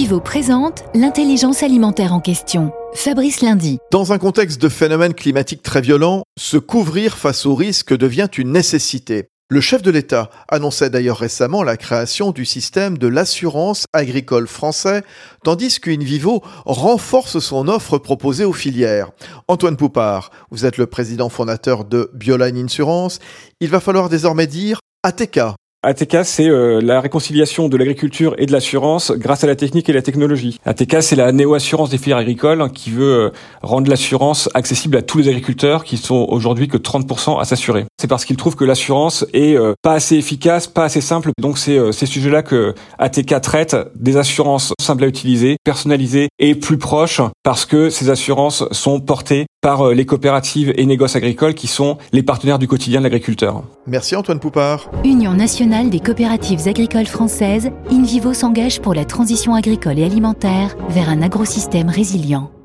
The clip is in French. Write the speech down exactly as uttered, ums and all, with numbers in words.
InVivo présente l'intelligence alimentaire en question. Fabrice Lundy. Dans un contexte de phénomènes climatiques très violents, se couvrir face aux risques devient une nécessité. Le chef de l'État annonçait d'ailleurs récemment la création du système de l'assurance agricole français, tandis qu'InVivo renforce son offre proposée aux filières. Antoine Poupard, vous êtes le président fondateur de Bioline Insurance. Il va falloir désormais dire A T K. A T K, c'est euh, la réconciliation de l'agriculture et de l'assurance grâce à la technique et la technologie. A T K, c'est la néo-assurance des filières agricoles hein, qui veut euh, rendre l'assurance accessible à tous les agriculteurs qui sont aujourd'hui que trente pour cent à s'assurer. C'est parce qu'ils trouvent que l'assurance est euh, pas assez efficace, pas assez simple. Donc c'est euh, ces sujets-là que A T K traite, des assurances simples à utiliser, personnalisées et plus proches, parce que ces assurances sont portées par euh, les coopératives et négoces agricoles qui sont les partenaires du quotidien de l'agriculteur. Merci Antoine Poupard. Union nationale des coopératives agricoles françaises, InVivo s'engage pour la transition agricole et alimentaire vers un agrosystème résilient.